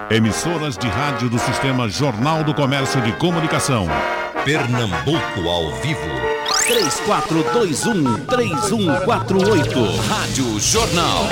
Emissoras de rádio do Sistema Jornal do Comércio de Comunicação. Pernambuco ao vivo. 3421-3148. Rádio Jornal.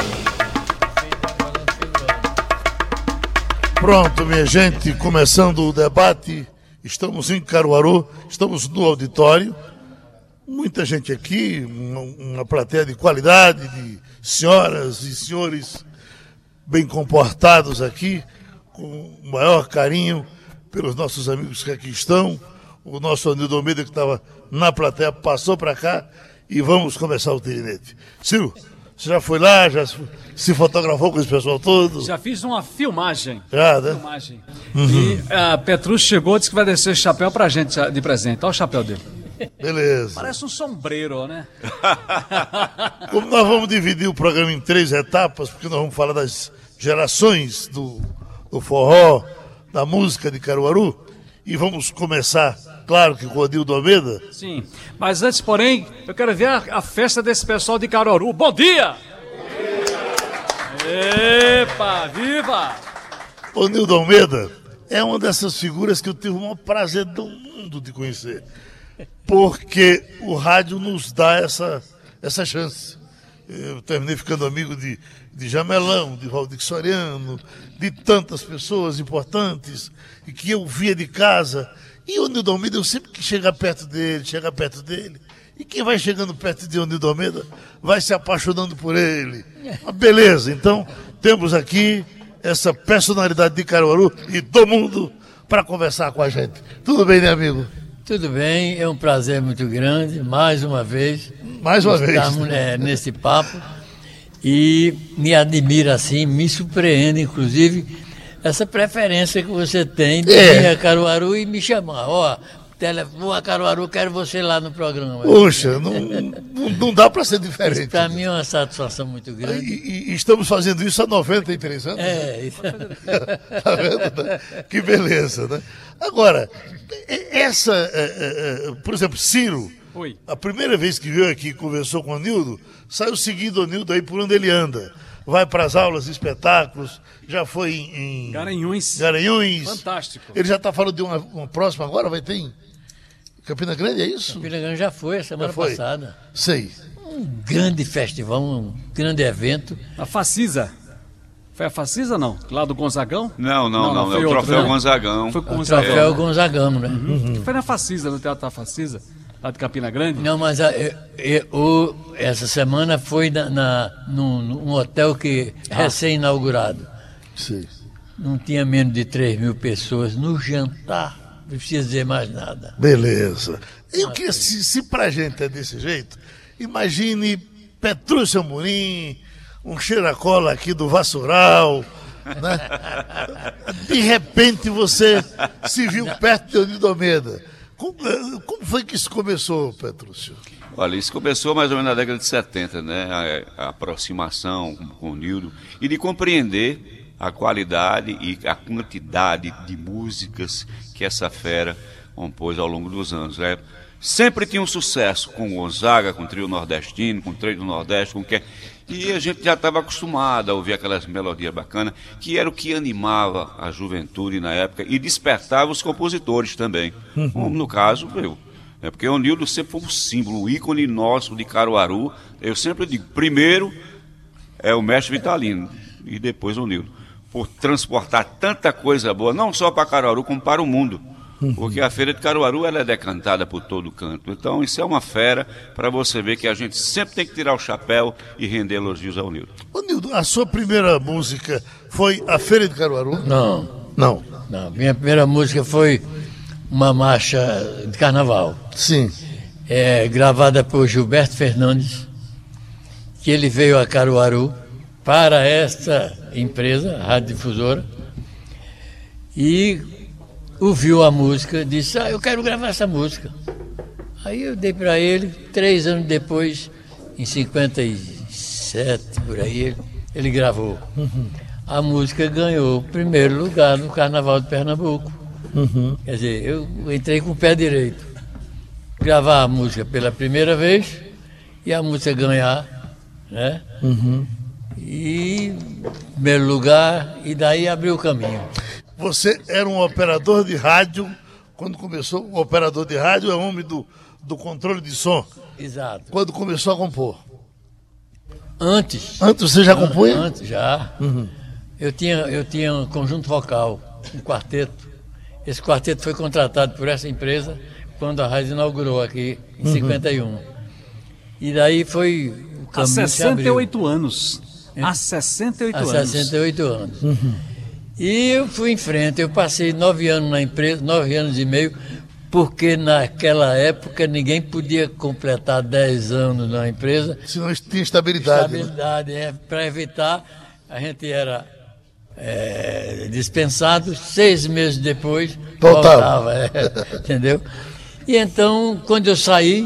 Pronto, minha gente, começando o debate. Estamos em Caruaru, estamos no auditório. Muita gente aqui, uma plateia de qualidade, de senhoras e senhores bem comportados aqui, com o maior carinho pelos nossos amigos que aqui estão. O nosso Anildo Almeida, que estava na plateia, passou para cá e vamos começar o tirinete. Ciro, você já foi lá, já se fotografou com esse pessoal todo? Já fiz uma filmagem. Já, né? Filmagem. E a Petrus chegou e disse que vai descer esse chapéu pra gente de presente. Olha o chapéu dele. Beleza. Parece um sombreiro, né? Como nós vamos dividir o programa em 3 etapas, porque nós vamos falar das gerações do forró, da música de Caruaru, e vamos começar, claro que com o Anildo Almeida. Sim, mas antes, porém, eu quero ver a festa desse pessoal de Caruaru. Bom dia! Epa, viva! O Anildo Almeida é uma dessas figuras que eu tive o maior prazer do mundo de conhecer, porque o rádio nos dá essa chance. Eu terminei ficando amigo de Jamelão, de Valdir Soriano, de tantas pessoas importantes e que eu via de casa. E o Anildo Almeida, eu sempre que chegar perto dele, e quem vai chegando perto de Anildo Almeida vai se apaixonando por ele. Uma beleza. Então, temos aqui essa personalidade de Caruaru e do mundo para conversar com a gente. Tudo bem, né, amigo? Tudo bem, é um prazer muito grande, mais uma vez. Estarmos nesse papo. E me admira assim, me surpreende, inclusive, essa preferência que você tem de vir a Caruaru e me chamar. Ó, vou a Caruaru, quero você lá no programa. Poxa, não dá para ser diferente. Para mim é uma satisfação muito grande. E estamos fazendo isso há 93 anos. Isso. Tá vendo, né? Que beleza, né? Agora, por exemplo, Ciro. Oi. A primeira vez que veio aqui e conversou com o Anildo, saiu seguindo o Anildo aí por onde ele anda. Vai para as aulas, espetáculos, já foi em Garanhuns. Fantástico. Ele já está falando de uma próxima agora, vai ter em Campina Grande, é isso? Campina Grande já foi, a semana passada. Sei. Um grande festival, um grande evento. A Facisa. Foi a Facisa, não? Lá do Gonzagão? Não, foi é o Troféu né? Gonzagão. Foi com o Troféu Gonzagão, né? Foi na Facisa, no Teatro da Facisa, lá de Campina Grande? Não, mas essa semana foi num hotel recém-inaugurado. Sim. Não tinha menos de 3.000 pessoas no jantar. Não precisa dizer mais nada. Beleza. Eu queria, se pra gente é desse jeito, imagine Petrúcio Amorim, um cheira-cola aqui do Vassoural, né? De repente você se viu perto de Anildo Almeida. Como foi que isso começou, Petrúcio? Olha, isso começou mais ou menos na década de 70, né? A aproximação com o Nildo e de compreender a qualidade e a quantidade de músicas que essa fera compôs ao longo dos anos, né? Sempre tinha um sucesso com o Gonzaga, com o Trio Nordestino, com o Trio do Nordeste, e a gente já estava acostumado a ouvir aquelas melodias bacanas, que era o que animava a juventude na época e despertava os compositores também, como no caso eu. Porque o Nildo sempre foi um símbolo, um ícone nosso de Caruaru. Eu sempre digo, primeiro é o mestre Vitalino e depois o Nildo, por transportar tanta coisa boa, não só para Caruaru, como para o mundo. Porque a Feira de Caruaru ela é decantada por todo canto. Então isso é uma fera para você ver que a gente sempre tem que tirar o chapéu e render elogios ao Nildo. Ô Nildo, a sua primeira música foi a Feira de Caruaru? Não, minha primeira música foi uma marcha de carnaval. Sim. Gravada por Gilberto Fernandes, que ele veio a Caruaru para esta empresa, a Rádio Difusora, e ouviu a música, disse, eu quero gravar essa música. Aí eu dei para ele, 3 anos depois, em 57, por aí, ele gravou. A música ganhou o primeiro lugar no Carnaval de Pernambuco. Quer dizer, eu entrei com o pé direito. Gravar a música pela primeira vez e a música ganhar, né? E, em primeiro lugar, e daí abriu o caminho. Você era um operador de rádio, quando começou, o operador de rádio é homem do controle de som. Exato. Quando começou a compor? Antes você já compunha? Antes, já. Uhum. Eu tinha um conjunto vocal, um quarteto. Esse quarteto foi contratado por essa empresa quando a rádio inaugurou aqui, em 51. E daí foi o Há caminho 68 anos. Há 68 anos. Há 68 anos. E eu fui em frente, eu passei 9 anos na empresa, 9 anos e meio, porque naquela época ninguém podia completar 10 anos na empresa. Senão tinha estabilidade. Estabilidade, né? Para evitar, a gente era dispensado, 6 meses depois voltava, entendeu? E então, quando eu saí,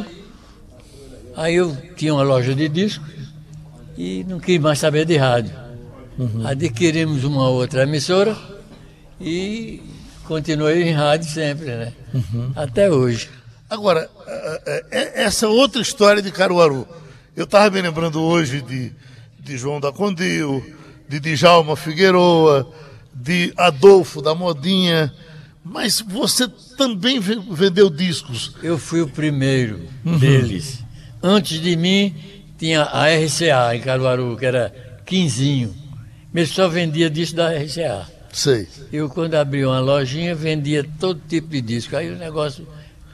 aí eu tinha uma loja de discos e não quis mais saber de rádio. Adquirimos uma outra emissora e continuei em rádio sempre, né? Até hoje. Agora, essa outra história de Caruaru. Eu estava me lembrando hoje de João da Condil, de Djalma Figueroa, de Adolfo da Modinha, mas você também vendeu discos. Eu fui o primeiro deles. Antes de mim, tinha a RCA em Caruaru, que era Quinzinho. Mas só vendia disco da RCA. Sei. Eu, quando abri uma lojinha, vendia todo tipo de disco. Aí o negócio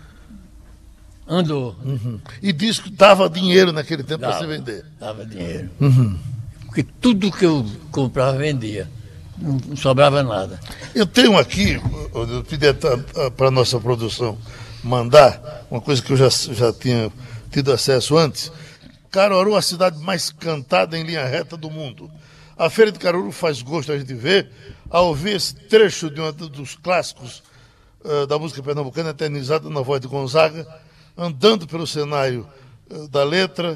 andou. E disco dava dinheiro naquele tempo para você vender? Dava dinheiro. Porque tudo que eu comprava, vendia. Não sobrava nada. Eu tenho aqui, eu pedi para a nossa produção mandar, uma coisa que eu já tinha tido acesso antes. Caruaru, a cidade mais cantada em linha reta do mundo. A Feira de Caruaru faz gosto a gente ver, ao ouvir esse trecho de um dos clássicos da música pernambucana, eternizada na voz de Gonzaga, andando pelo cenário da letra,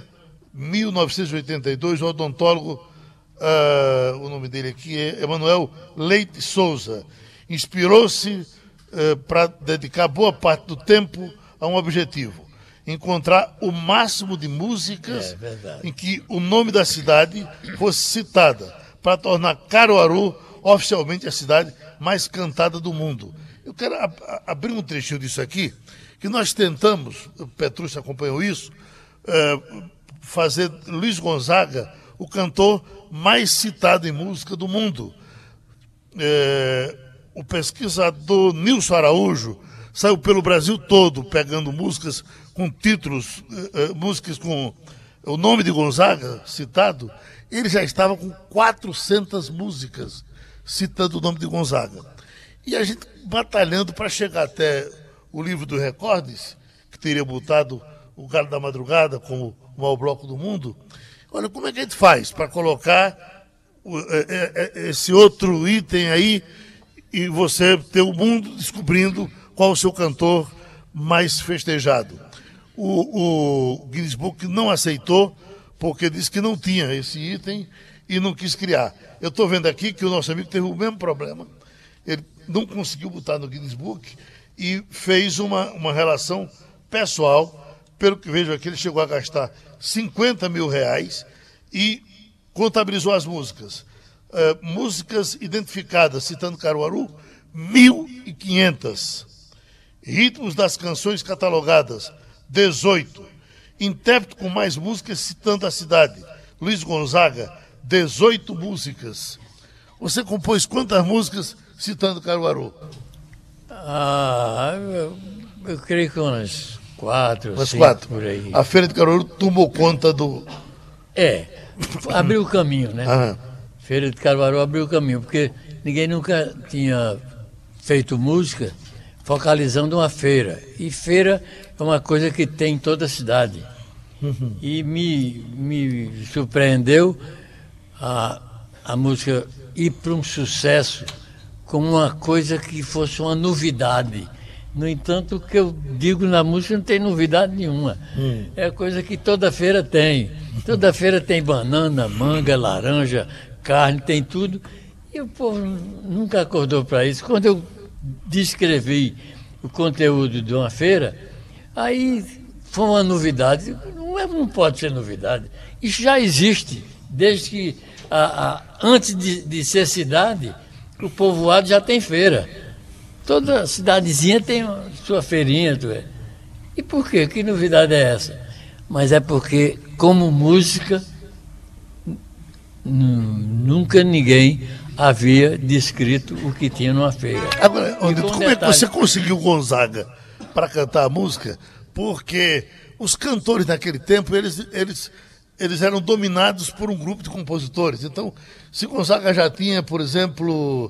1982, o odontólogo, o nome dele aqui é Emanuel Leite Souza, inspirou-se para dedicar boa parte do tempo a um objetivo: encontrar o máximo de músicas em que o nome da cidade fosse citada, para tornar Caruaru oficialmente a cidade mais cantada do mundo. Eu quero abrir um trechinho disso aqui, que nós tentamos, o Petrucci acompanhou isso, fazer Luiz Gonzaga o cantor mais citado em música do mundo. O pesquisador Nilson Araújo saiu pelo Brasil todo pegando músicas com títulos, músicas com o nome de Gonzaga citado. Ele já estava com 400 músicas citando o nome de Gonzaga. E a gente batalhando para chegar até o livro dos recordes, que teria botado o Galo da Madrugada como o maior bloco do mundo. Olha, como é que a gente faz para colocar esse outro item aí e você ter o mundo descobrindo qual o seu cantor mais festejado? O Guinness Book não aceitou, porque disse que não tinha esse item e não quis criar. Eu estou vendo aqui que o nosso amigo teve o mesmo problema. Ele não conseguiu botar no Guinness Book e fez uma relação pessoal. Pelo que vejo aqui, ele chegou a gastar R$50 mil e contabilizou as músicas. Músicas identificadas, citando Caruaru, 1.500. Ritmos das canções catalogadas, 18. Intérprete com mais músicas citando a cidade, Luiz Gonzaga, 18 músicas. Você compôs quantas músicas citando Caruaru? Eu creio que umas 4, umas 5, 4. por aí. A Feira de Caruaru tomou conta do... Abriu o caminho, né? Feira de Caruaru abriu o caminho, porque ninguém nunca tinha feito música focalizando uma feira. E feira é uma coisa que tem em toda a cidade. E me surpreendeu a música ir para um sucesso como uma coisa que fosse uma novidade. No entanto, o que eu digo na música não tem novidade nenhuma. É coisa que toda feira tem. Toda feira tem banana, manga, laranja, carne, tem tudo. E o povo nunca acordou para isso. Quando eu descrevi o conteúdo de uma feira, aí foi uma novidade. Não pode ser novidade. Isso já existe, desde que antes de ser cidade, o povoado já tem feira. Toda cidadezinha tem sua feirinha. E por quê? Que novidade é essa? Mas é porque, como música, nunca ninguém havia descrito o que tinha numa feira. Agora, como é que você conseguiu Gonzaga para cantar a música? Porque os cantores naquele tempo, eles eram dominados por um grupo de compositores. Então, se Gonzaga já tinha, por exemplo,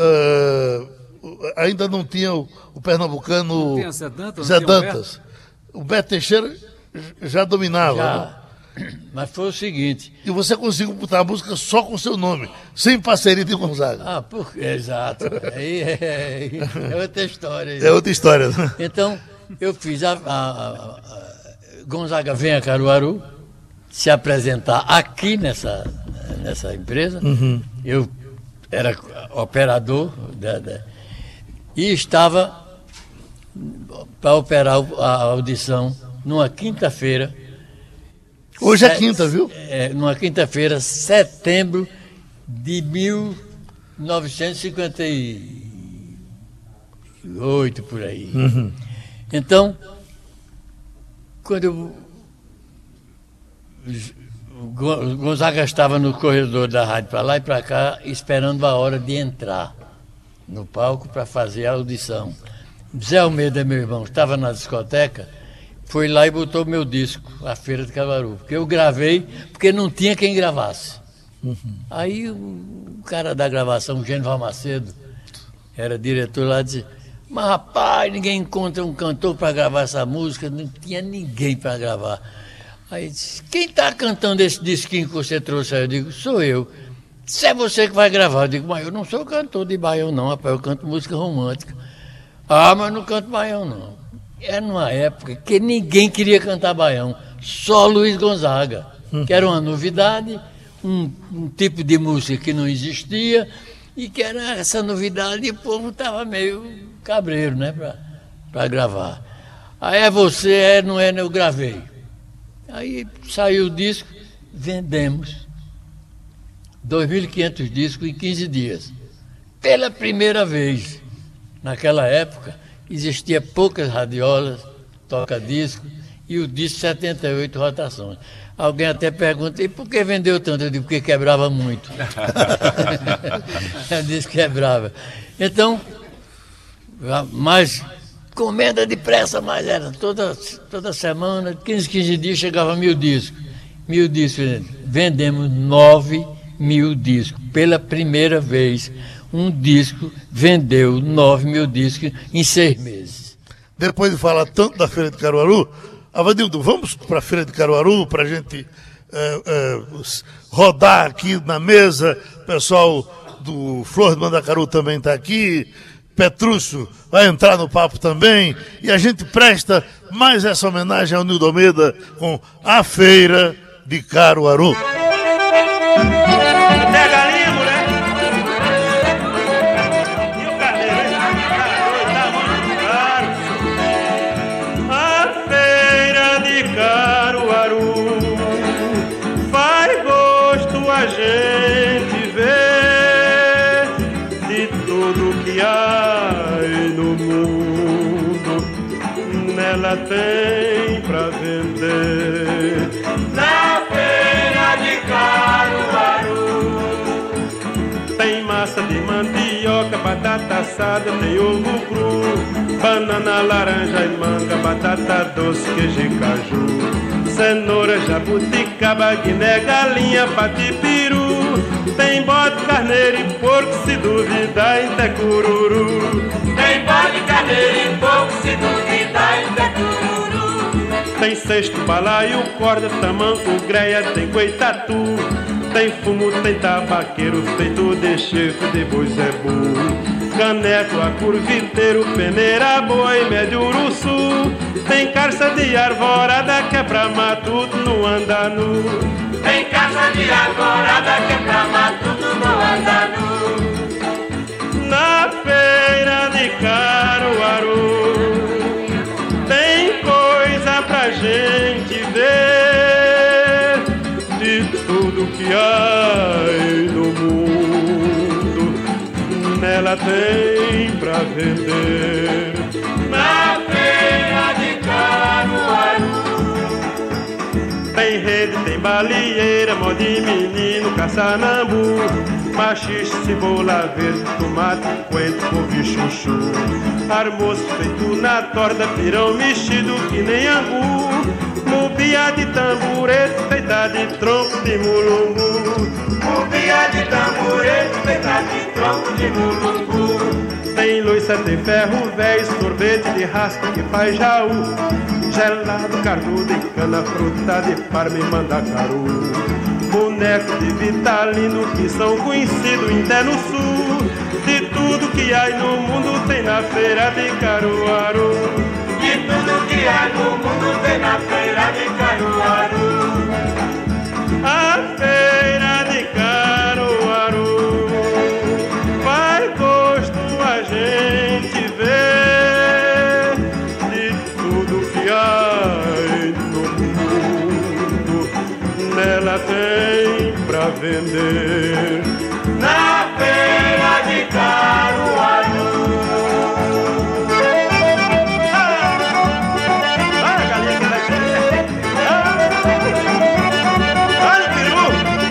ainda não tinha o pernambucano Zé Dantas. O Beto Teixeira já dominava. Já. Né? Mas foi o seguinte... E você conseguiu botar a música só com o seu nome, sem parceria de Gonzaga. Exato. Aí é outra história. É outra história. Né? Então, eu fiz Gonzaga vem a Caruaru se apresentar aqui nessa empresa. Uhum. Eu era operador e estava para operar a audição numa quinta-feira. Hoje é quinta, viu? Numa quinta-feira, setembro de 1958, por aí. Uhum. Então, quando o Gonzaga estava no corredor da rádio para lá e para cá, esperando a hora de entrar no palco para fazer a audição. Zé Almeida, meu irmão, estava na discoteca, foi lá e botou meu disco, A Feira de Caruaru, porque eu gravei, porque não tinha quem gravasse. Uhum. Aí o cara da gravação, o Gênio Macedo, era diretor lá, disse: mas rapaz, ninguém encontra um cantor para gravar essa música, não tinha ninguém para gravar. Aí disse: quem está cantando esse disquinho que você trouxe aí? Eu digo: sou eu. Se é você que vai gravar, eu digo: mas eu não sou cantor de baião não, rapaz, eu canto música romântica. Ah, mas não canto baião não. Era numa época que ninguém queria cantar baião, só Luiz Gonzaga, que era uma novidade, um tipo de música que não existia, e que era essa novidade, e o povo estava meio cabreiro, né, para gravar. Aí não é, eu gravei. Aí saiu o disco, vendemos 2.500 discos em 15 dias. Pela primeira vez. Naquela época, existia poucas radiolas, toca-disco, e o disco 78 rotações. Alguém até pergunta: e por que vendeu tanto? Eu digo: porque quebrava muito. O disco quebrava. Então, mas encomenda depressa, mas era toda semana, 15 dias chegava 1.000 discos. 1.000 discos, vendemos 9.000 discos. Pela primeira vez, um disco vendeu 9.000 discos em 6 meses. Depois de falar tanto da Feira de Caruaru, Avanildo, vamos para a Feira de Caruaru para a gente rodar aqui na mesa. O pessoal do Flor de Mandacaru também está aqui. Petrúcio vai entrar no papo também. E a gente presta mais essa homenagem ao Nildo Almeida com A Feira de Caruaru. Tem pra vender na Feira de Caruaru. Tem massa de mandioca, batata assada, tem ovo cru, banana, laranja e manga, batata doce, queijo e caju, cenoura, jabuticaba, guiné, galinha, patipiru. Tem bode, carneiro e porco, se duvidar até cururu. Tem bode, carneiro e porco, se duvidar até cururu. Tem cesto, balaio, corda, tamanco, greia, tem coitatu. Tem fumo, tem tabaqueiro, feito de chifre de boi zebu. Caneco, acurviteiro, peneira, boi, médio, uruçu. Tem carça de arvorada, que é pra matuto, não anda nu. Tem carça de arvorada, que é pra matuto, não anda nu. Na Feira de Caruaru tem coisa pra gente ver, de tudo que há nela tem pra vender. Na feira de Caruaru tem rede, tem baleeira, mó de menino, caçanambu, machixe, cebola verde, tomate, coentro, couve, chuchu, almoço feito na torta, pirão mexido que nem angu, mubia de tamborete, feita de tronco de mulungu, mubia de tamborete, feita de tronco de mulungu. Tem loiça, tem ferro velho, sorvete de raspa que faz jaú, gelado, carnudo e cana, fruta de Parma e Mandacaru, boneco de Vitalino que são conhecidos até no sul. De tudo que há no mundo tem na feira de Caruaru. De tudo que há no mundo tem na feira de Caruaru. A feira de Caruaru faz gosto a gente ver. De tudo que há no mundo nela tem pra vender. Na feira de Caruaru. Olha, galinha que vai ser. Olha, peru.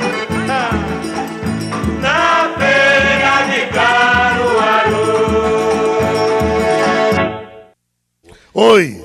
Na feira de Caruaru. Oi,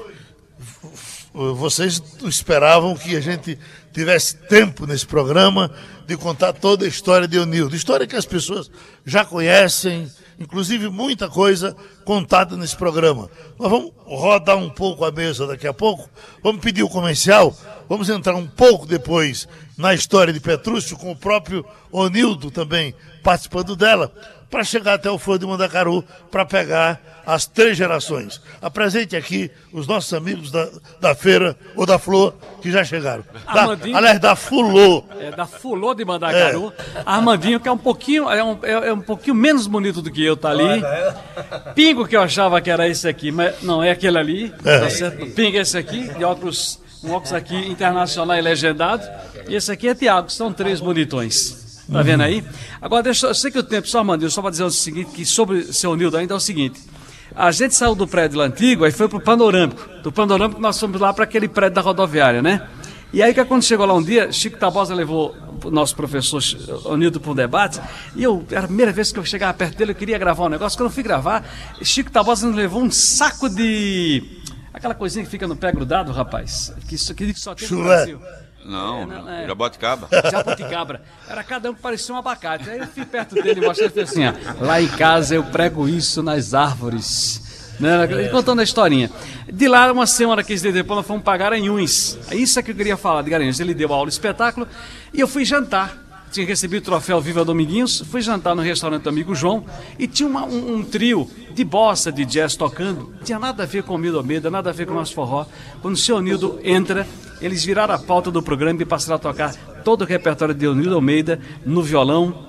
vocês esperavam que a gente tivesse tempo nesse programa de contar toda a história de Eunildo, história que as pessoas já conhecem, inclusive muita coisa contada nesse programa. Nós vamos rodar um pouco a mesa daqui a pouco, vamos pedir o comercial, vamos entrar um pouco depois na história de Petrúcio, com o próprio Eunildo também participando dela, para chegar até o Flor de Mandacaru, para pegar as 3 gerações. Apresente aqui os nossos amigos da feira, ou da Flor, que já chegaram. Aliás, da Fulô. Da Fulô de Mandacaru. Armandinho, que é um pouquinho, é um pouquinho menos bonito do que eu, tá ali. Pingo, que eu achava que era esse aqui, mas não, é aquele ali. Tá certo? Pingo é esse aqui, de óculos, um óculos aqui internacional e legendado. E esse aqui é Tiago, são 3 bonitões. Tá vendo aí? Agora, eu sei que o tempo, só Armandinho, só para dizer o seguinte, que sobre o seu Nildo ainda é o seguinte. A gente saiu do prédio lá antigo, aí foi pro Panorâmico. Do Panorâmico nós fomos lá para aquele prédio da rodoviária, né? E aí que quando chegou lá um dia, Chico Tabosa levou o nosso professor Eunildo para um debate, e era a primeira vez que eu chegava perto dele, eu queria gravar um negócio. Quando eu fui gravar, Chico Tabosa nos levou um saco de... aquela coisinha que fica no pé grudado, rapaz, que só tem no Brasil. Não, jabuticaba. Jabuticabra. Era cada um que parecia um abacate. Aí eu fui perto dele e mostrei e falei assim, lá em casa eu prego isso nas árvores. Né? Contando a historinha. De lá, uma semana que depois nós fomos para Garanhuns. Isso é que eu queria falar de Garanhuns. Ele deu aula de espetáculo e eu fui jantar. Tinha recebido o troféu Viva Dominguinhos, fui jantar no restaurante do amigo João e tinha um trio de bossa, de jazz tocando. Não tinha nada a ver com o Mildo Almeida, nada a ver com o nosso forró. Quando o seu Eunildo entra, eles viraram a pauta do programa e passaram a tocar todo o repertório de Eunildo Almeida no violão,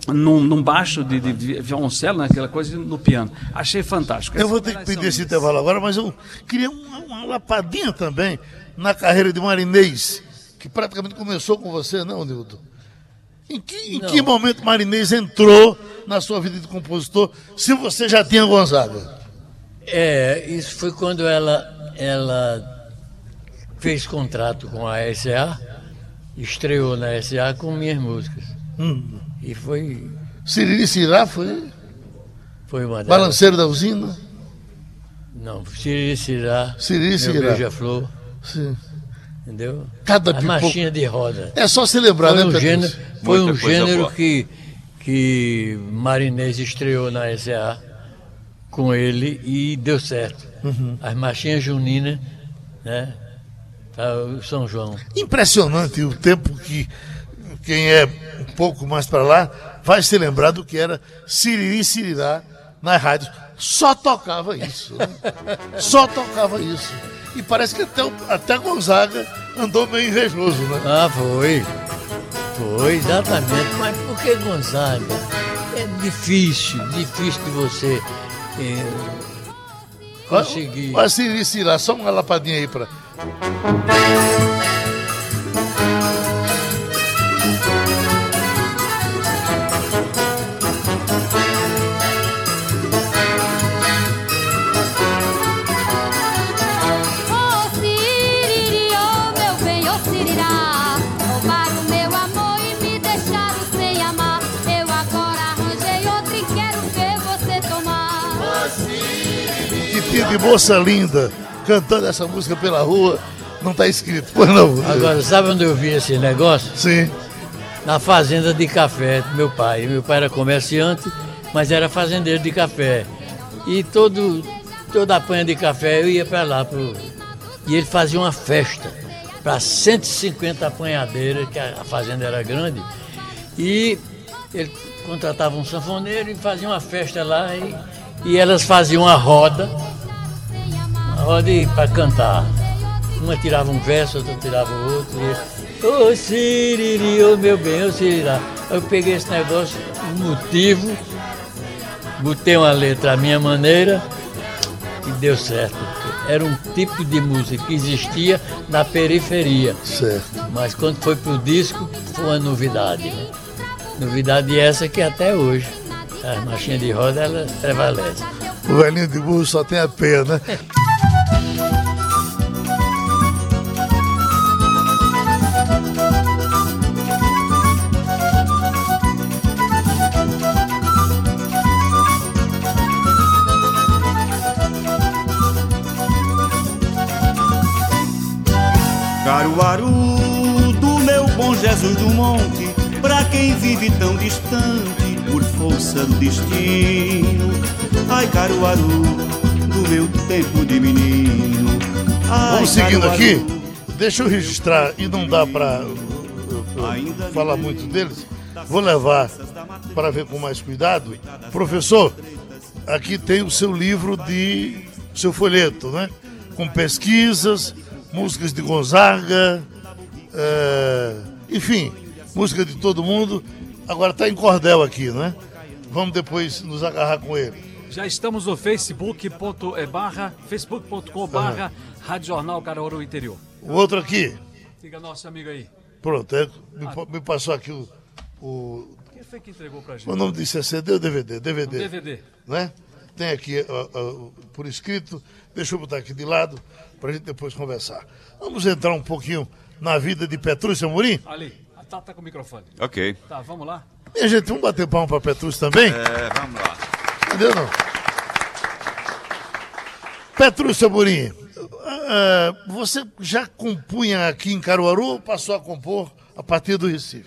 num baixo de violoncelo, naquela coisa, no piano. Achei fantástico. Eu vou ter que pedir esse intervalo agora, mas eu queria uma lapadinha também na carreira de Marinês, que praticamente começou com você, não, Nildo? Em que momento Marinês entrou na sua vida de compositor, se você já tinha Gonzaga? Isso foi quando ela fez contrato com a SA, estreou na SA com minhas músicas. E foi... Siriri Cirá foi? Foi uma delas. Balanceiro da Usina? Não, Siriri Cirá, Siriri Cirá. Meu Beija-Flor. Sim. Entendeu? Cada a marchinha de roda. É só se lembrar, foi né, Foi um gênero que Marinês estreou na SA com ele e deu certo. As marchinhas juninas, né? O São João. Impressionante o tempo que quem é um pouco mais para lá vai se lembrar do que era Siriri Cirirá nas rádios. Só tocava isso. Né? Só tocava isso. E parece que até Gonzaga andou meio invejoso, né? Foi, exatamente. Mas por que Gonzaga? É difícil de você conseguir. Olha, Siriri Cirá, só uma lapadinha aí para... vestido de moça linda, cantando essa música pela rua, não está escrito, pois não. Agora, sabe onde eu vi esse negócio? Sim. Na fazenda de café do meu pai. Meu pai era comerciante, mas era fazendeiro de café. E toda a panha de café eu ia para lá. E ele fazia uma festa para 150 apanhadeiras, que a fazenda era grande. E ele contratava um sanfoneiro e fazia uma festa lá. E elas faziam uma roda para cantar. Uma tirava um verso, outra tirava o outro. Ô Siriri, ô meu bem, ô Sirirá. Eu peguei esse negócio, um motivo, botei uma letra à minha maneira e deu certo. Era um tipo de música que existia na periferia. Certo. Mas quando foi pro disco, foi uma novidade. Né? Novidade essa que até hoje, as marchinhas de roda, elas prevalecem. O velhinho de burro só tem a pena, né? Caruaru, do meu bom Jesus do monte, pra quem vive tão distante por força do destino. Ai, Caruaru, do meu tempo de menino. Ai, vamos seguindo Caruaru, aqui, deixa eu registrar, e não dá pra falar muito deles, vou levar para ver com mais cuidado. Professor, aqui tem o seu livro seu folheto, né? Com pesquisas, músicas de Gonzaga, enfim, música de todo mundo. Agora está em cordel aqui, né? Vamos depois nos agarrar com ele. Já estamos no facebook.com/, Rádio Jornal Caruaru Interior. O outro aqui. Diga nosso amigo aí. Pronto, me passou aqui Quem foi que entregou pra gente? o nome disso é CD ou DVD? DVD. DVD. Né? Tem aqui por escrito, deixa eu botar aqui de lado para a gente depois conversar. Vamos entrar um pouquinho na vida de Petrúcio Amorim? Ali, a Tata tá com o microfone. Ok. Tá, vamos lá? Minha gente, vamos bater palma para Petrúcio também? Vamos lá. Entendeu não? Petrúcio Amorim, você já compunha aqui em Caruaru ou passou a compor a partir do Recife?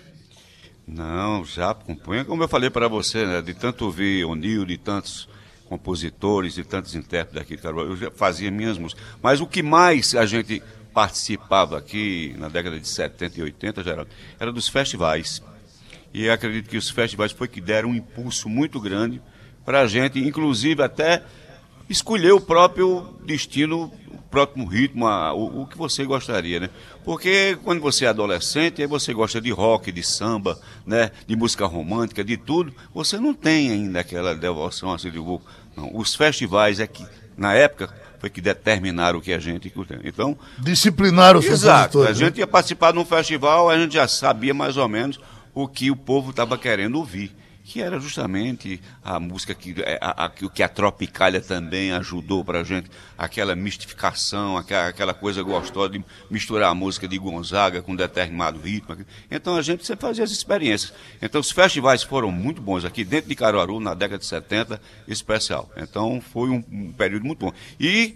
Não, já compunha, como eu falei para você, né? De tanto ouvir Onil, de tantos compositores e tantos intérpretes aqui de Caruaru, eu já fazia minhas músicas. Mas o que mais a gente participava aqui na década de 70 e 80, Geraldo, era dos festivais. E acredito que os festivais foi que deram um impulso muito grande para a gente, inclusive até escolher o próprio destino, o próprio ritmo, o que você gostaria, né? Porque quando você é adolescente, aí você gosta de rock, de samba, né? De música romântica, de tudo, você não tem ainda aquela devoção assim de não. Os festivais é que, na época, foi que determinaram o que a gente... Então, disciplinaram os exato, compositores. A gente ia participar de um festival, a gente já sabia mais ou menos o que o povo estava querendo ouvir, que era justamente a música que a Tropicália também ajudou para a gente, aquela mistificação, aquela coisa gostosa de misturar a música de Gonzaga com determinado ritmo. Então a gente sempre fazia as experiências. Então os festivais foram muito bons aqui dentro de Caruaru, na década de 70, especial. Então foi um período muito bom. E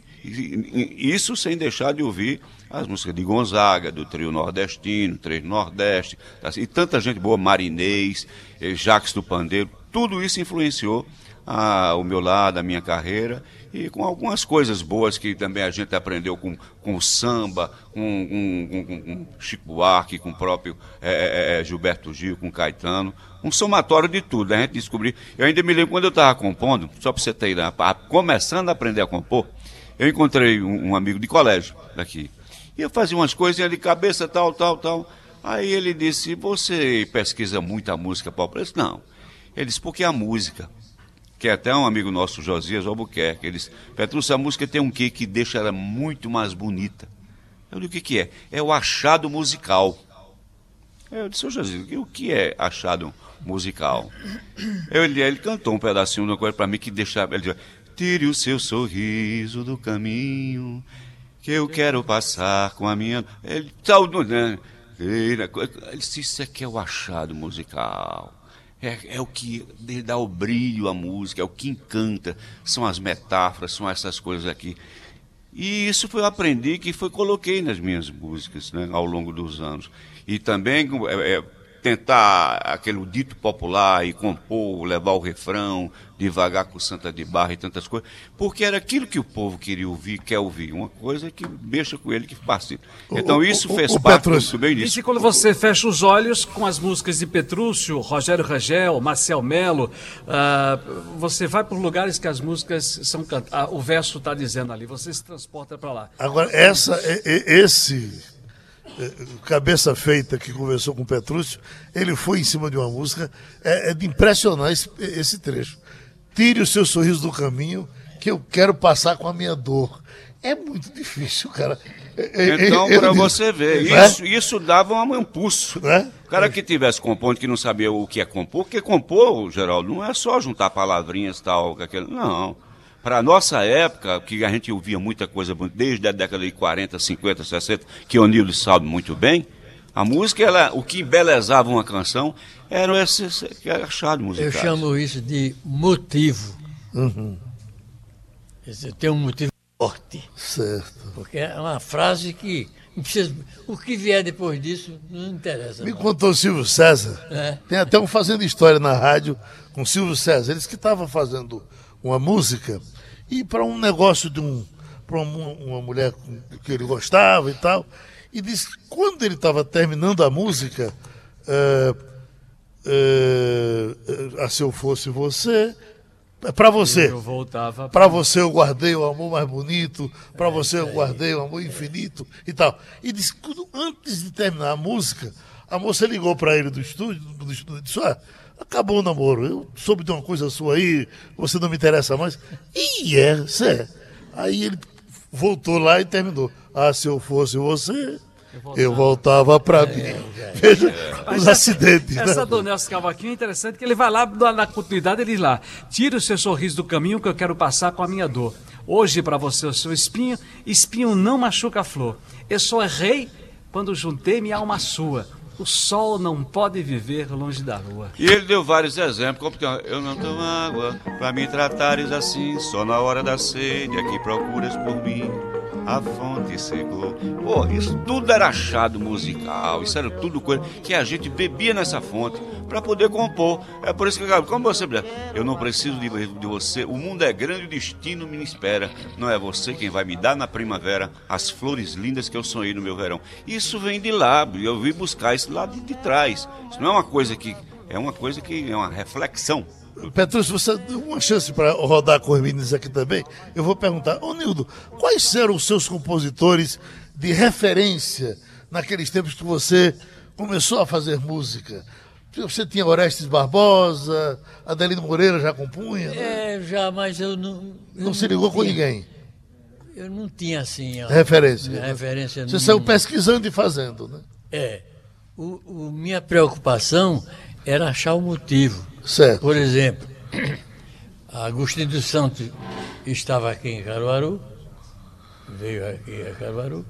isso sem deixar de ouvir as músicas de Gonzaga, do Trio Nordestino, Três Nordeste, e tanta gente boa, Marinês, Jacques do Pandeiro, tudo isso influenciou o meu lado, a minha carreira, e com algumas coisas boas que também a gente aprendeu com o samba, com Chico Buarque, com o próprio Gilberto Gil, com Caetano, um somatório de tudo, a gente descobriu. Eu ainda me lembro quando eu estava compondo, só para você ter ideia, começando a aprender a compor, eu encontrei um amigo de colégio daqui. E eu fazia umas coisinhas de cabeça, tal. Aí ele disse, você pesquisa muita música popular? Eu disse, não. Ele disse, porque a música, que é até um amigo nosso, Josias Albuquerque, ele disse, Petrúcio, a música tem um quê que deixa ela muito mais bonita. Eu disse, o que é? É o achado musical. Eu disse, Josias, o que é achado musical? Ele cantou um pedacinho de uma coisa para mim que deixava... Ele disse, tire o seu sorriso do caminho que eu quero passar com a minha... Ele disse, isso aqui é o achado musical. é o que dá o brilho à música, é o que encanta, são as metáforas, são essas coisas aqui. E isso eu aprendi que coloquei nas minhas músicas, né, ao longo dos anos. E também tentar aquele dito popular e compor, levar o refrão, devagar com Santa de Barra e tantas coisas, porque era aquilo que o povo queria ouvir, quer ouvir, uma coisa que mexa com ele, que participa. Então isso fez parte muito bem disso. E quando você fecha os olhos com as músicas de Petrúcio, Rogério Rangel, Marcel Melo, você vai por lugares que as músicas são cantadas, o verso está dizendo ali, você se transporta para lá. Agora, esse cabeça feita que conversou com o Petrúcio, ele foi em cima de uma música, é de impressionar esse trecho. Tire o seu sorriso do caminho, que eu quero passar com a minha dor. É muito difícil, cara. Então, para você ver, isso dava um impulso. O cara que tivesse compondo, que não sabia o que é compor, porque compor, Geraldo, não é só juntar palavrinhas e tal, não. Para a nossa época, que a gente ouvia muita coisa, desde a década de 40, 50, 60, que o Nildo sabe muito bem, a música, o que embelezava uma canção, era esse achado musical. Eu chamo isso de motivo. Uhum. Tem um motivo forte. Certo. Porque é uma frase que não precisa, o que vier depois disso não interessa. Me contou o Silvio César. Tem até um Fazendo História na rádio com o Silvio César. Eles que estavam fazendo uma música e para um negócio para uma mulher que ele gostava e tal. E disse que quando ele estava terminando a música, se eu fosse você, para você. Eu voltava. Para você eu guardei o amor mais bonito, para você eu guardei o amor infinito e tal. E disse que antes de terminar a música, a moça ligou para ele do estúdio e disse: acabou o namoro, eu soube de uma coisa sua aí, você não me interessa mais. Aí ele voltou lá e terminou. Se eu fosse você, eu voltava para mim. Veja os acidentes. Essa do Nelson Cavaquinho é interessante, que ele vai lá, na continuidade, ele diz lá: tira o seu sorriso do caminho que eu quero passar com a minha dor. Hoje para você o seu espinho não machuca a flor. Eu só errei quando juntei minha alma à sua. O sol não pode viver longe da lua. E ele deu vários exemplos, como eu não tomo água pra me tratares assim, só na hora da sede é que procuras por mim. A fonte secou. Pô, isso tudo era achado musical, isso era tudo coisa que a gente bebia nessa fonte para poder compor. É por isso que, como você diz, eu não preciso de você, o mundo é grande e o destino me espera. Não é você quem vai me dar na primavera as flores lindas que eu sonhei no meu verão. Isso vem de lá, eu vim buscar isso lá de trás. Isso não é uma coisa que é uma reflexão. Petrúcio, você deu uma chance para rodar com os meninos aqui também. Eu vou perguntar: Nildo, quais eram os seus compositores de referência naqueles tempos que você começou a fazer música? Você tinha Orestes Barbosa, Adelino Moreira já compunha? Né? Já, mas eu não... Não se ligou com ninguém? Eu não tinha, assim... Referência. Referência. Você saiu pesquisando e fazendo, né? Minha preocupação era achar o motivo. Certo. Por exemplo, Agostinho dos Santos estava aqui em Caruaru, veio aqui a Caruaru,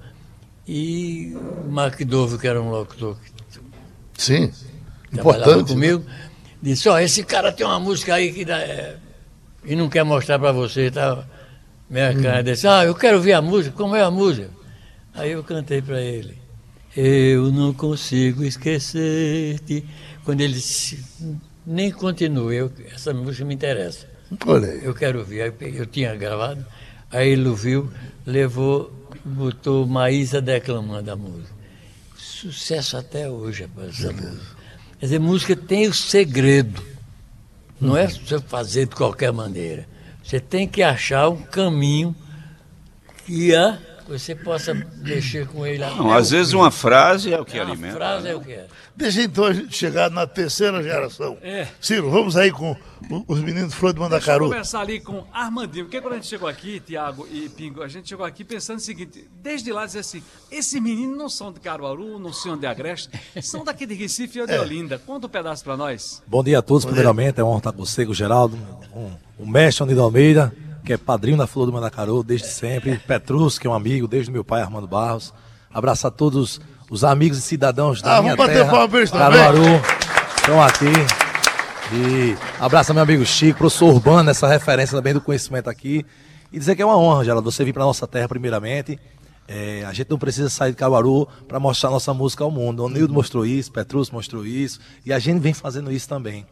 e Macdovo, que era um locutor que sim, trabalhava importante, comigo, disse: esse cara tem uma música aí que e não quer mostrar para você, tá? Minha cara disse: eu quero ouvir a música. Como é a música? Aí eu cantei para ele: eu não consigo esquecer-te. Quando ele disse: nem continue, essa música me interessa. Olha aí. Eu quero ouvir. Aí eu tinha gravado, aí ele ouviu, levou, botou Maísa declamando a música. Sucesso até hoje, rapaz, essa música. Quer dizer, música tem o segredo. Não é você fazer de qualquer maneira. Você tem que achar um caminho que você possa mexer com ele. Não, às vezes uma frase é o que alimenta. Uma frase é o que é. Deixa então a gente chegar na terceira geração. Ciro, vamos aí com os meninos Flor de Mandacaru. Deixa eu começar ali com Armandinho, porque quando a gente chegou aqui, Tiago e Pingo, a gente chegou aqui pensando o seguinte: desde lá dizer assim, esses meninos não são de Caruaru, não são de Agreste, são daqui de Recife ou de Olinda. Conta um pedaço pra nós. Bom dia a todos, primeiramente, é uma honra estar com você, com o Geraldo, o mestre Nildo Almeida, que é padrinho da Flor do Mandacaru desde sempre, Petrúcio, que é um amigo desde meu pai, Armando Barros. Abraçar todos os amigos e cidadãos da minha terra, Caruaru, estão aqui. E abraço meu amigo Chico, professor Urbano, essa referência também do conhecimento aqui. E dizer que é uma honra, Geraldo, você vir para nossa terra primeiramente. A gente não precisa sair de Caruaru para mostrar nossa música ao mundo. O Nildo mostrou isso, Petrus mostrou isso, e a gente vem fazendo isso também.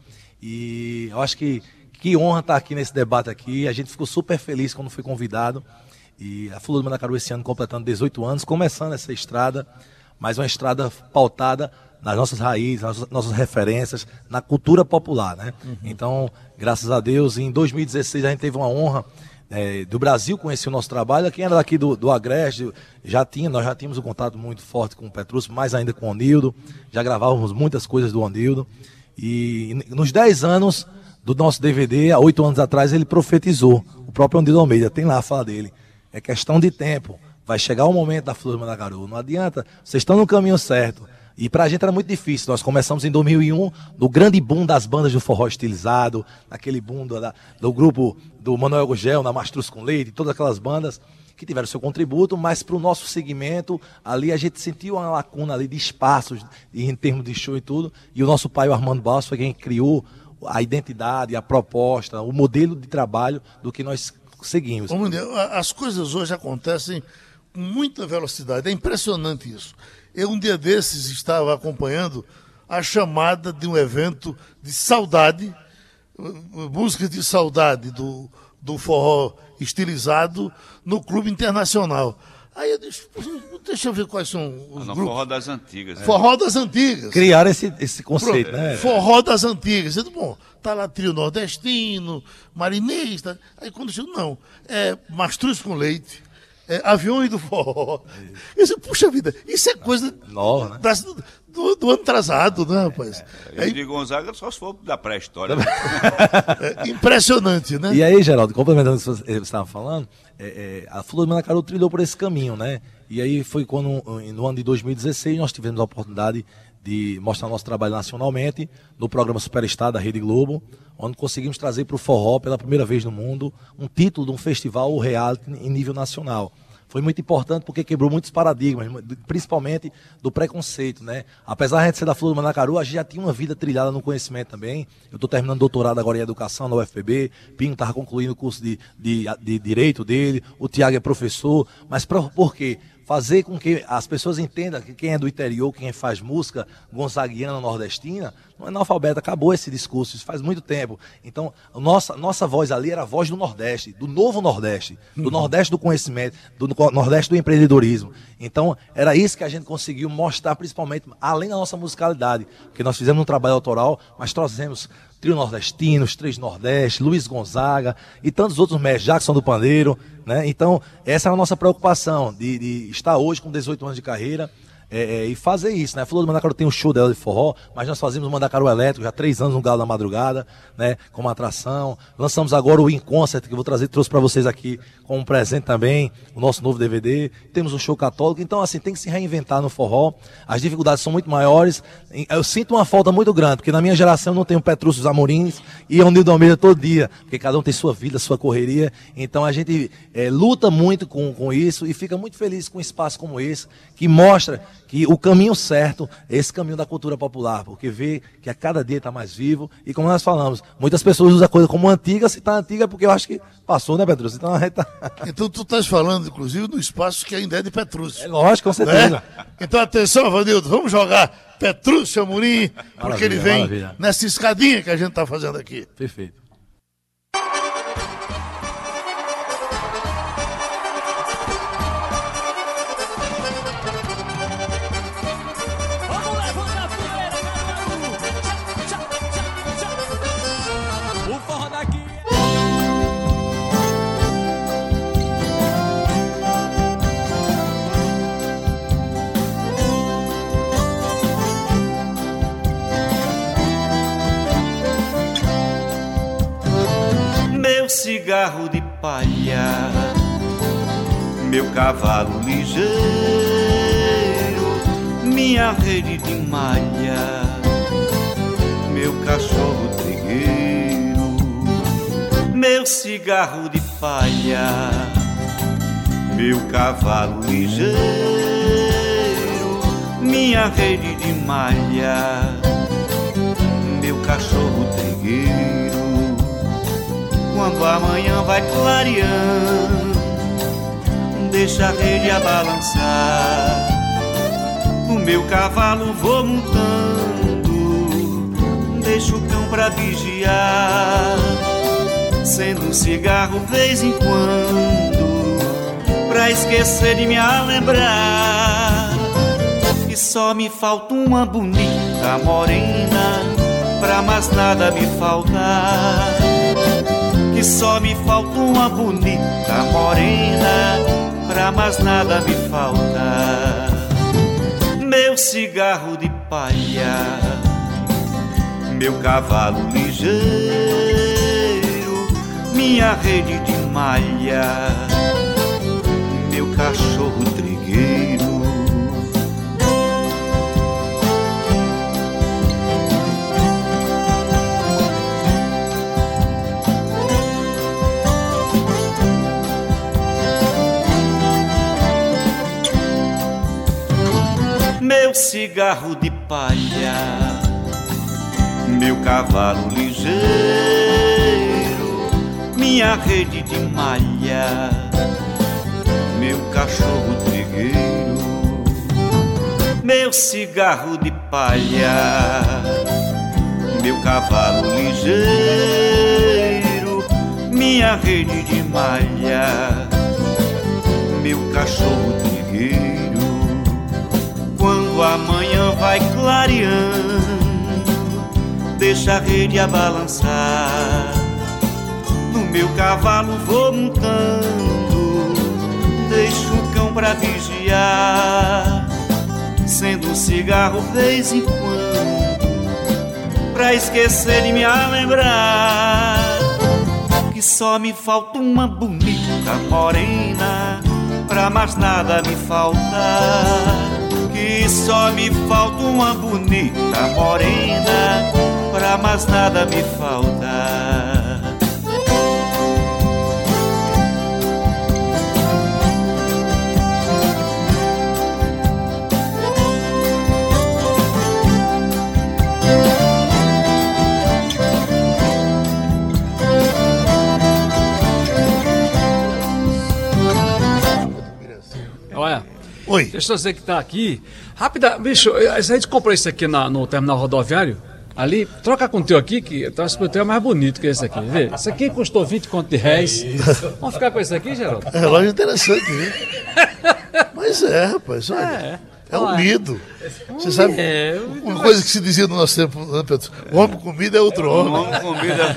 E eu acho que honra estar aqui nesse debate aqui. A gente ficou super feliz quando foi convidado. E a Flor do Mandacaru esse ano completando 18 anos, começando essa estrada, mas uma estrada pautada nas nossas raízes, nas nossas referências, na cultura popular, né? Então, graças a Deus, em 2016 a gente teve uma honra do Brasil conhecer o nosso trabalho. Quem era daqui do Agreste, nós já tínhamos um contato muito forte com o Petrus, mais ainda com o Onildo, já gravávamos muitas coisas do Onildo. E nos 10 anos do nosso DVD, há 8 anos atrás, ele profetizou, o próprio Onildo Almeida, tem lá a fala dele. É questão de tempo, vai chegar o momento da Flor do Mandacaru, não adianta, vocês estão no caminho certo. E pra gente era muito difícil, nós começamos em 2001, no grande boom das bandas do forró estilizado, naquele boom do grupo do Manuel Gugel, na Mastruz com Leite, todas aquelas bandas que tiveram seu contributo, mas pro nosso segmento, ali a gente sentiu uma lacuna ali de espaços, em termos de show e tudo, e o nosso pai, o Armando Barros, foi quem criou a identidade, a proposta, o modelo de trabalho do que nós seguimos. As coisas hoje acontecem com muita velocidade, é impressionante isso. Eu um dia desses estava acompanhando a chamada de um evento de saudade, música de saudade do forró estilizado no Clube Internacional. Aí eu disse, deixa eu ver quais são os grupos. Forró das Antigas. Forró das Antigas. Criaram esse conceito, né? Forró das Antigas. Eu disse, bom, tá lá trio nordestino, marinês, tá... Aí quando eu disse, não, Mastruz com Leite, Aviões do Forró. Eu disse, puxa vida, isso é coisa nova, né? Do ano atrasado, né, rapaz? De Gonzaga só se for da pré-história. Impressionante, né? E aí, Geraldo, complementando o que você estava falando, a Flor do Mandacaru trilhou por esse caminho, né? E aí foi quando, no ano de 2016, nós tivemos a oportunidade de mostrar nosso trabalho nacionalmente no programa Superstar da Rede Globo, onde conseguimos trazer para o forró, pela primeira vez no mundo, um título de um festival reality em nível nacional. Foi muito importante porque quebrou muitos paradigmas, principalmente do preconceito, né? Apesar de a gente ser da Flor do Mandacaru, a gente já tinha uma vida trilhada no conhecimento também. Eu estou terminando doutorado agora em Educação na UFPB, Pinho estava concluindo o curso de Direito dele, o Tiago é professor, mas por quê? Fazer com que as pessoas entendam que quem é do interior, quem faz música gonzaguiana, nordestina, não é analfabeto, acabou esse discurso, isso faz muito tempo. Então, nossa voz ali era a voz do Nordeste, do novo Nordeste, do Nordeste do conhecimento, do Nordeste do empreendedorismo. Então, era isso que a gente conseguiu mostrar, principalmente, além da nossa musicalidade, porque nós fizemos um trabalho autoral, mas trouxemos trio nordestinos, Três Nordeste, Luiz Gonzaga e tantos outros mestres, Jackson do Pandeiro, né? Então, essa é a nossa preocupação, de estar hoje com 18 anos de carreira e fazer isso, né? A Flor do Mandacaru tem um show dela de forró, mas nós fazemos o Mandacaru Elétrico, já há 3 anos no Galo da Madrugada, né? Como atração. Lançamos agora o In Concert, que eu trouxe para vocês aqui como um presente também, o nosso novo DVD. Temos um show católico, então assim, tem que se reinventar no forró. As dificuldades são muito maiores. Eu sinto uma falta muito grande, porque na minha geração eu não tenho Petrúcio Amorins e o Nildo Almeida todo dia, porque cada um tem sua vida, sua correria. Então a gente luta muito com isso e fica muito feliz com um espaço como esse, que mostra que o caminho certo é esse caminho da cultura popular, porque vê que a cada dia está mais vivo, e como nós falamos, muitas pessoas usam a coisa como antiga, se está antiga é porque eu acho que passou, né, Petrúcio? Então, então tu estás falando, inclusive, do espaço que ainda é de Petrúcio. É lógico, com certeza. Então, atenção, Vanildo, vamos jogar Petrúcio Amorim, porque ele vem nessa escadinha que a gente está fazendo aqui. Perfeito. Cigarro de palha, meu cavalo ligeiro, minha rede de malha, meu cachorro trigueiro, meu cigarro de palha, meu cavalo ligeiro, minha rede de malha, meu cachorro trigueiro. Quando a manhã vai clareando, deixa a rede a balançar. No meu cavalo vou montando, deixo o cão pra vigiar. Acendo um cigarro vez em quando, pra esquecer de me lembrar. Que só me falta uma bonita morena, pra mais nada me faltar. Que só me falta uma bonita morena, pra mais nada me faltar. Meu cigarro de palha, meu cavalo ligeiro, minha rede de malha, meu cachorro trigueiro. Meu cigarro de palha, meu cavalo ligeiro, minha rede de malha, meu cachorro trigueiro. Meu cigarro de palha, meu cavalo ligeiro, minha rede de malha, meu cachorro trigueiro. Quando a manhã vai clareando, deixa a rede a balançar. No meu cavalo vou montando, deixo o cão pra vigiar. Acendo um cigarro vez em quando, pra esquecer de me lembrar. Que só me falta uma bonita morena, pra mais nada me faltar. Que só me falta uma bonita morena, pra mais nada me faltar. Olha. Oi. Deixa eu dizer que tá aqui. Rápida, bicho, a gente comprou isso aqui no terminal rodoviário. Ali, troca com o teu aqui, que o teu é mais bonito que esse aqui. Vê? Esse aqui custou 20 conto de réis. Vamos ficar com esse aqui, Geraldo? É relógio interessante, viu? Mas rapaz, olha. É unido. Você sabe, uma coisa que se dizia no nosso tempo, né, Pedro? O homem comida é outro homem. O homem comida.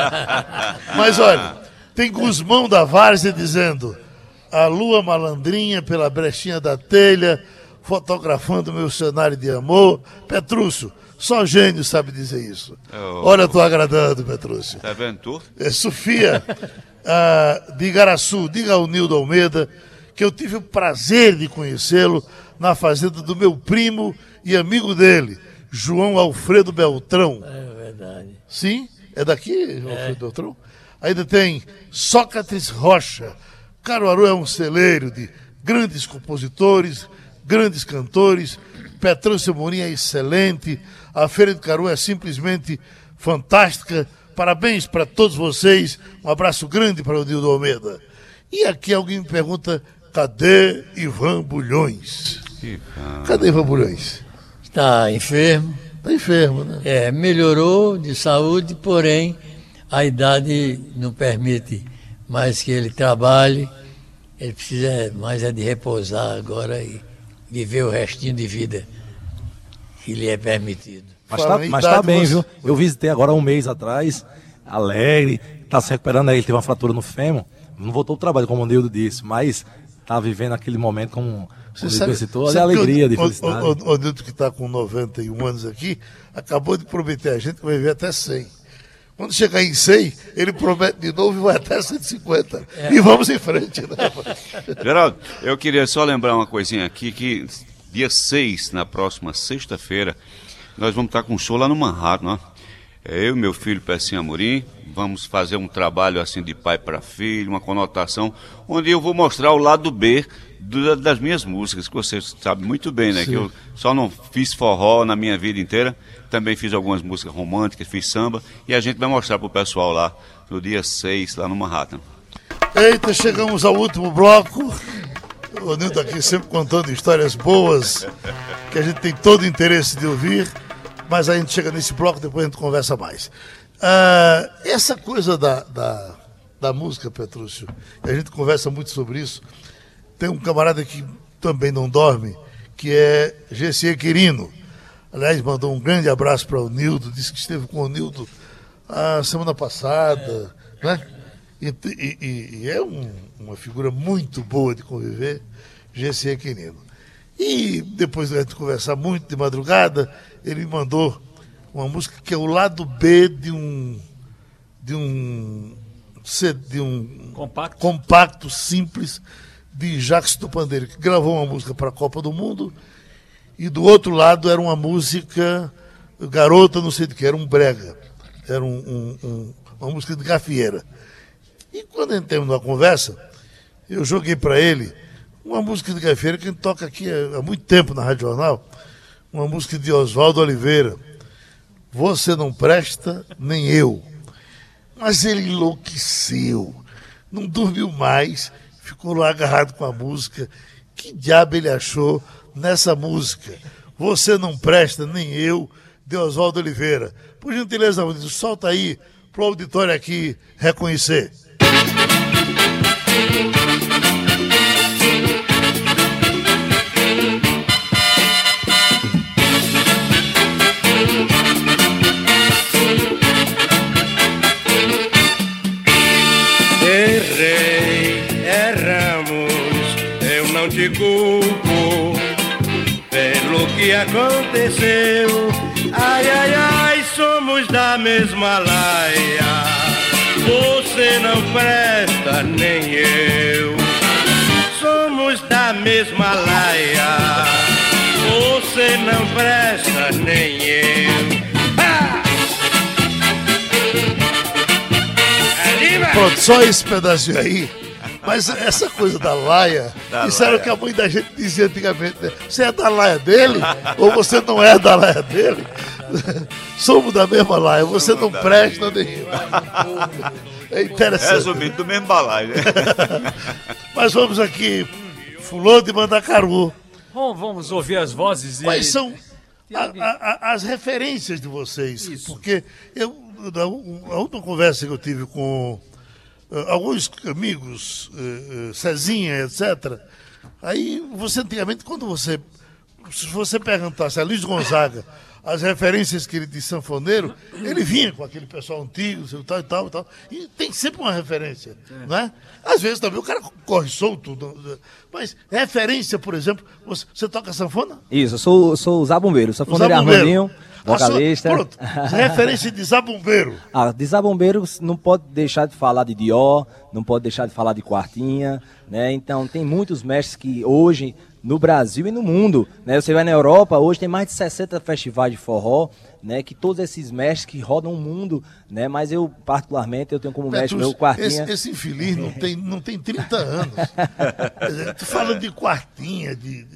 Mas olha, tem Guzmão da Várzea dizendo: a lua malandrinha pela brechinha da telha, fotografando meu cenário de amor. Petrúcio, só gênio sabe dizer isso. Olha, estou agradando, Petrúcio. Tá vendo tu? Sofia, de Igaraçu, diga ao Nildo Almeida que eu tive o prazer de conhecê-lo na fazenda do meu primo e amigo dele, João Alfredo Beltrão. É verdade. Sim? É daqui, João Alfredo Beltrão? Ainda tem Sócrates Rocha. Caruaru é um celeiro de grandes compositores, grandes cantores. Petrúcio Morim é excelente. A Feira de Caruaru é simplesmente fantástica. Parabéns para todos vocês. Um abraço grande para o Nildo Almeida. E aqui alguém me pergunta: cadê Ivan Bulhões? Cadê Ivan Bulhões? Está enfermo. Está enfermo, né? Melhorou de saúde, porém a idade não permite mais que ele trabalhe. Ele precisa mais de repousar agora e viver o restinho de vida que lhe é permitido. Mas tá bem, viu? Eu visitei agora um mês atrás, alegre, está se recuperando aí, ele teve uma fratura no fêmur, não voltou ao trabalho, como o Nildo disse, mas está vivendo aquele momento como o Nildo citou, a alegria de felicidade. O Nildo, que está com 91 anos aqui, acabou de prometer a gente que vai viver até 100. Quando chegar em 100, ele promete de novo e vai até 150. E vamos em frente, né? Geraldo, eu queria só lembrar uma coisinha aqui, que dia 6, na próxima sexta-feira, nós vamos estar com um show lá no Manhattan, ó. Eu e meu filho Pecinho Amorim vamos fazer um trabalho assim de pai para filho, uma conotação, onde eu vou mostrar o lado B das minhas músicas, que você sabe muito bem, né? Sim. Que eu só não fiz forró na minha vida inteira, também fiz algumas músicas românticas, fiz samba, e a gente vai mostrar pro pessoal lá no dia 6, lá no Manhattan. Eita, chegamos ao último bloco. O Nildo aqui sempre contando histórias boas, que a gente tem todo o interesse de ouvir, mas a gente chega nesse bloco, depois a gente conversa mais. Essa coisa da música, Petrúcio, a gente conversa muito sobre isso. Tem um camarada que também não dorme, que é Gessie Quirino. Aliás, mandou um grande abraço para o Nildo, disse que esteve com o Nildo a semana passada, né? E é uma figura muito boa de conviver, Gessie Quirino. E depois de a gente conversar muito de madrugada, ele me mandou uma música que é o lado B de um compacto simples de Jacques do Pandeiro, que gravou uma música para a Copa do Mundo, e do outro lado era uma música Garota, não sei de que, era um brega, era uma música de gafieira. E quando a gente terminou a conversa, eu joguei para ele uma música de gafieira que a gente toca aqui há muito tempo na Rádio Jornal, uma música de Oswaldo Oliveira, Você Não Presta, Nem Eu. Mas ele enlouqueceu, não dormiu mais, ficou lá agarrado com a música. Que diabo ele achou nessa música? Você Não Presta, Nem Eu, de Oswaldo Oliveira. Por gentileza, solta aí pro auditório aqui reconhecer. Te culpo pelo que aconteceu. Ai, ai, ai, somos da mesma laia. Você não presta, nem eu. Somos da mesma laia. Você não presta, nem eu. Pronto, só esse pedacinho aí. Mas essa coisa da laia, isso era o que a mãe da gente dizia antigamente, né? Você é da laia dele ou você não é da laia dele? Somos da mesma laia, você não presta nenhum. É interessante. Resumindo, do mesmo balaio, né? Mas vamos aqui, Fulô de Mandacaru. Bom, vamos ouvir as vozes. Quais são as referências de vocês? Isso. Porque a última conversa que eu tive com alguns amigos, Cezinha, etc. Aí você antigamente, se você perguntasse a Luiz Gonzaga as referências que ele de sanfoneiro, ele vinha com aquele pessoal antigo, tal e tal e tal. E tem sempre uma referência, não é? Às vezes também o cara corre solto, mas referência, por exemplo, você toca sanfona? Isso, eu sou o Zabumbeiro, sanfoneiro Armandinho. Vocalista. Pronto, referência de Zabumbeiro. De Zabumbeiro não pode deixar de falar de Dió, não pode deixar de falar de Quartinha, né? Então tem muitos mestres que hoje, no Brasil e no mundo, né? Você vai na Europa, hoje tem mais de 60 festivais de forró, né? Que todos esses mestres que rodam o mundo, né? Mas eu, particularmente, eu tenho como mestre meu Quartinha. Esse infeliz não tem 30 anos. Tu falando de Quartinha,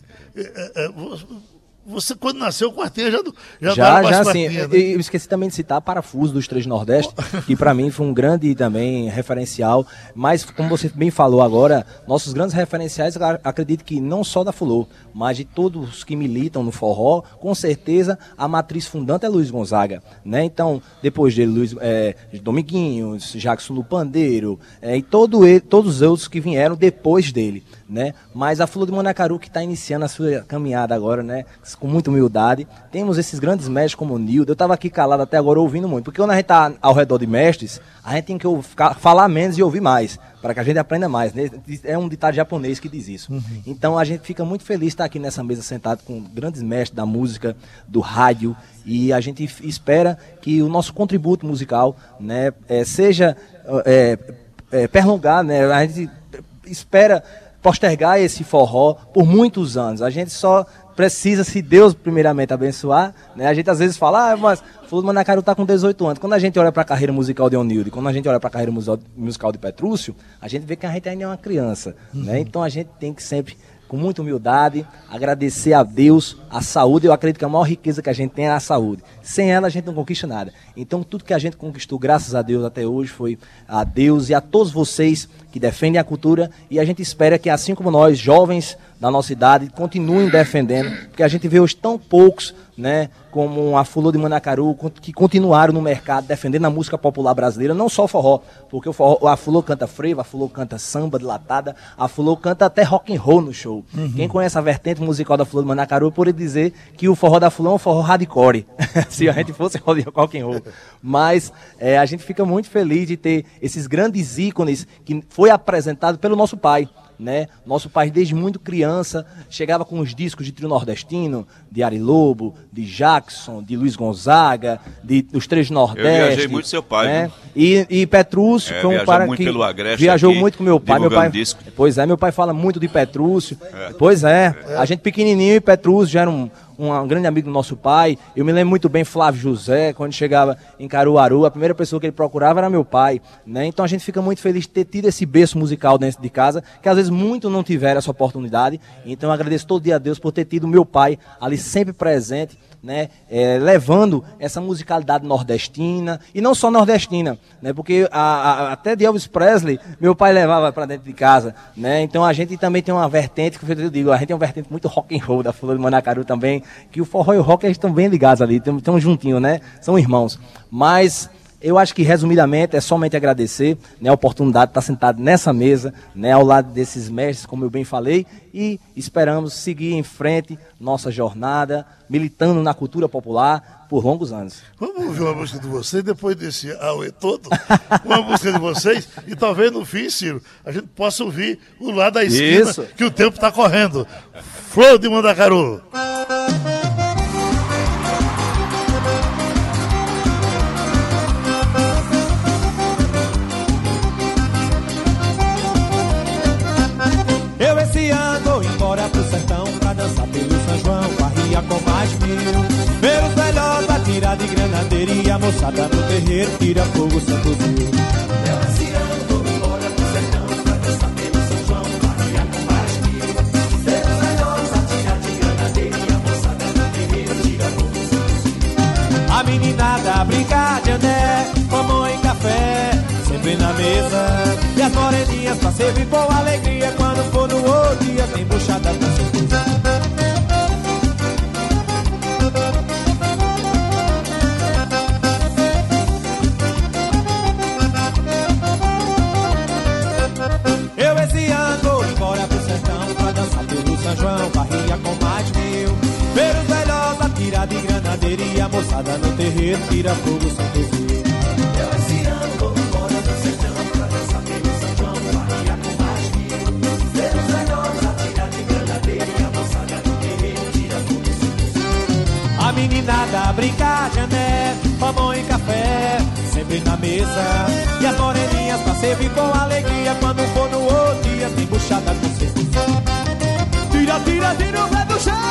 você, quando nasceu, o Quartinha já sim. Né? Eu esqueci também de citar Parafuso dos Três Nordeste, que para mim foi um grande também referencial. Mas, como você bem falou agora, nossos grandes referenciais, acredito que não só da Fulô, mas de todos que militam no forró, com certeza a matriz fundante é Luiz Gonzaga, né? Então, depois dele, Dominguinhos, Jackson do Pandeiro, e todos os outros que vieram depois dele, né? Mas a Fulô de Mandacaru, que está iniciando a sua caminhada agora, né? Com muita humildade. Temos esses grandes mestres como o Nildo. Eu estava aqui calado até agora ouvindo muito, porque quando a gente está ao redor de mestres, a gente tem que falar menos e ouvir mais, para que a gente aprenda mais, né? É um ditado japonês que diz isso. Então a gente fica muito feliz de estar aqui nessa mesa sentado com grandes mestres da música, do rádio, e a gente espera que o nosso contributo musical, né, seja perlongar, né? A gente espera postergar esse forró por muitos anos. A gente só precisa, se Deus primeiramente abençoar, né? A gente às vezes fala, mas Flor do Mandacaru está com 18 anos. Quando a gente olha para a carreira musical de Onildo, quando a gente olha para a carreira musical de Petrúcio, a gente vê que a gente ainda é uma criança, né? Então a gente tem que sempre, com muita humildade, agradecer a Deus, a saúde. Eu acredito que a maior riqueza que a gente tem é a saúde. Sem ela a gente não conquista nada. Então tudo que a gente conquistou, graças a Deus até hoje, foi a Deus e a todos vocês que defendem a cultura, e a gente espera que, assim como nós, jovens da nossa idade, continuem defendendo, porque a gente vê hoje tão poucos, né, como a Flor de Mandacaru, que continuaram no mercado defendendo a música popular brasileira, não só o forró, porque o forró, a Flor canta frevo, a Flor canta samba de latada, a Flor canta até rock and roll no show. Quem conhece a vertente musical da Flor de Mandacaru pode dizer que o forró da Flor é um forró hardcore, se a gente fosse rock and roll. Mas a gente fica muito feliz de ter esses grandes ícones que foi apresentado pelo nosso pai, né? Nosso pai, desde muito criança, chegava com os discos de trio nordestino, de Ari Lobo, de Jackson, de Luiz Gonzaga, dos Três Nordeste. Eu viajei muito com seu pai, né? E Petrúcio foi um cara que viajou muito com meu pai. Meu pai, pois é, meu pai fala muito de Petrúcio. Pois é, a gente pequenininho e Petrúcio já era um grande amigo do nosso pai. Eu me lembro muito bem Flávio José, quando chegava em Caruaru, a primeira pessoa que ele procurava era meu pai, né? Então a gente fica muito feliz de ter tido esse berço musical dentro de casa, que às vezes muitos não tiveram essa oportunidade. Então eu agradeço todo dia a Deus por ter tido meu pai ali sempre presente, né, levando essa musicalidade nordestina, e não só nordestina, né, porque até de Elvis Presley meu pai levava para dentro de casa, né? Então a gente também tem uma vertente, que eu digo, a gente tem uma vertente muito rock and roll da Flor de Mandacaru também, que o forró e o rock estão bem ligados ali, estão juntinhos, né? São irmãos. Mas eu acho que, resumidamente, é somente agradecer, né, a oportunidade de estar sentado nessa mesa, né, ao lado desses mestres, como eu bem falei, e esperamos seguir em frente nossa jornada, militando na cultura popular por longos anos. Vamos ouvir uma música de vocês, depois desse auê todo, uma música de vocês, e talvez no fim, Ciro, a gente possa ouvir o lado da esquina, que o tempo está correndo. Flor de Mandacaru. Eu esse ano vou embora pro sertão pra dançar pelo São João, barria com mais mil. Ver os velhos atirar de granadeirinha, a moçada no terreiro tira fogo sem fuzil. Eu esse ano vou embora pro sertão pra dançar pelo São João, barria com mais mil. Ver os velhos atirar de granadeirinha, a moçada no terreiro tira fogo sem fuzil. A meninada brincar de ané, mamão e café, sempre na mesa. E as moreninhas pra servir com alegria, quando for no outro dia tem buchada com certeza. Eu esse ano vou embora pro sertão pra dançar pelo São João, barria com mais mil. Ver os velhos atirar de granadeirinha, a moçada no terreiro tira fogo sem fuzil. Eu esse ano vou embora pro sertão pra dançar pelo São João, barria com mais mil. Ver os velhos atirar de granadeirinha, a moçada no terreiro tira fogo sem fuzil. A meninada brincar de ané, mamão e café, sempre na mesa. E as moreninhas pra servir com alegria, quando for no outro dia tem buchada com certeza. Tira, tira, tira o pé do chão.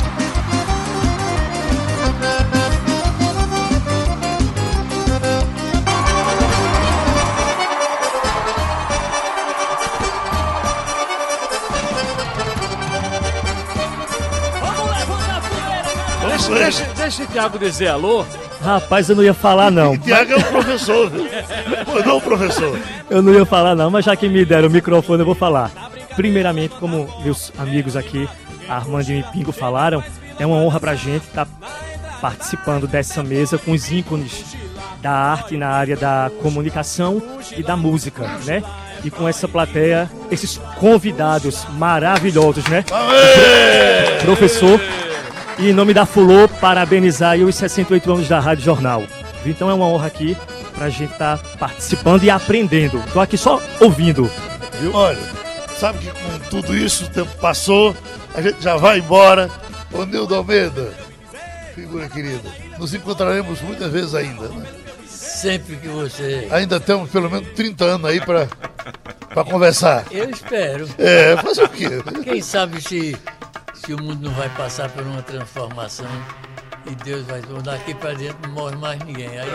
Deixa o Thiago dizer alô. Rapaz, eu não ia falar não. Thiago é o professor, viu? Não, professor. Eu não ia falar não, mas já que me deram o microfone eu vou falar. Primeiramente, como meus amigos aqui, Armandinho e Pingo falaram, é uma honra pra gente estar participando dessa mesa com os ícones da arte na área da comunicação e da música, né? E com essa plateia, esses convidados maravilhosos, né? Aê! Professor. E em nome da Fulô, parabenizar aí os 68 anos da Rádio Jornal. Então é uma honra aqui pra gente estar participando e aprendendo. Tô aqui só ouvindo. Viu? Olha, sabe que com tudo isso o tempo passou, a gente já vai embora. Ô Nildo Almeida, figura querida, nos encontraremos muitas vezes ainda, né? Sempre que você... Ainda temos pelo menos 30 anos aí pra conversar. Eu espero. Fazer o quê? Quem sabe se que o mundo não vai passar por uma transformação e Deus vai daqui para dentro, não morre mais ninguém. Aí,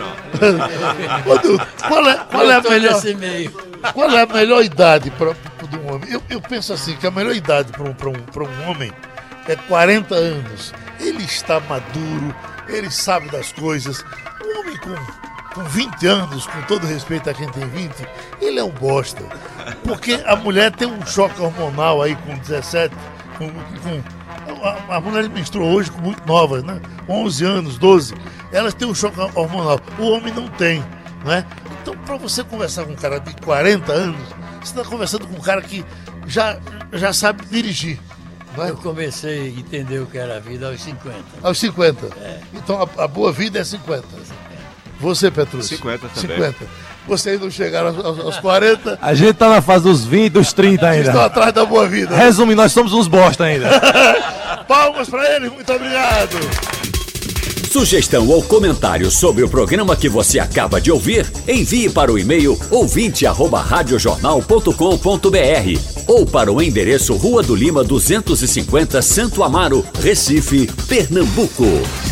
qual é a melhor, nesse meio. Qual é a melhor idade para um homem? Eu penso assim, que a melhor idade para um homem é 40 anos. Ele está maduro, ele sabe das coisas. Um homem com 20 anos, com todo respeito a quem tem 20, ele é um bosta. Porque a mulher tem um choque hormonal aí com 17, a mulher menstrua hoje com muito novas, né? 11 anos, 12. Elas têm um choque hormonal. O homem não tem, né? Então, para você conversar com um cara de 40 anos, você está conversando com um cara que já sabe dirigir. Não é? Eu comecei a entender o que era a vida aos 50. Aos 50? É. Então, a boa vida é 50. Você, Petrúcio? 50 também. 50. Vocês não chegaram aos 40. A gente tá na fase dos 20, dos 30 ainda. Estão atrás da boa vida. Resumindo, nós somos uns bosta ainda. Palmas para eles, muito obrigado. Sugestão ou comentário sobre o programa que você acaba de ouvir, envie para o e-mail ouvinte@radiojornal.com.br ou para o endereço Rua do Lima 250, Santo Amaro, Recife, Pernambuco.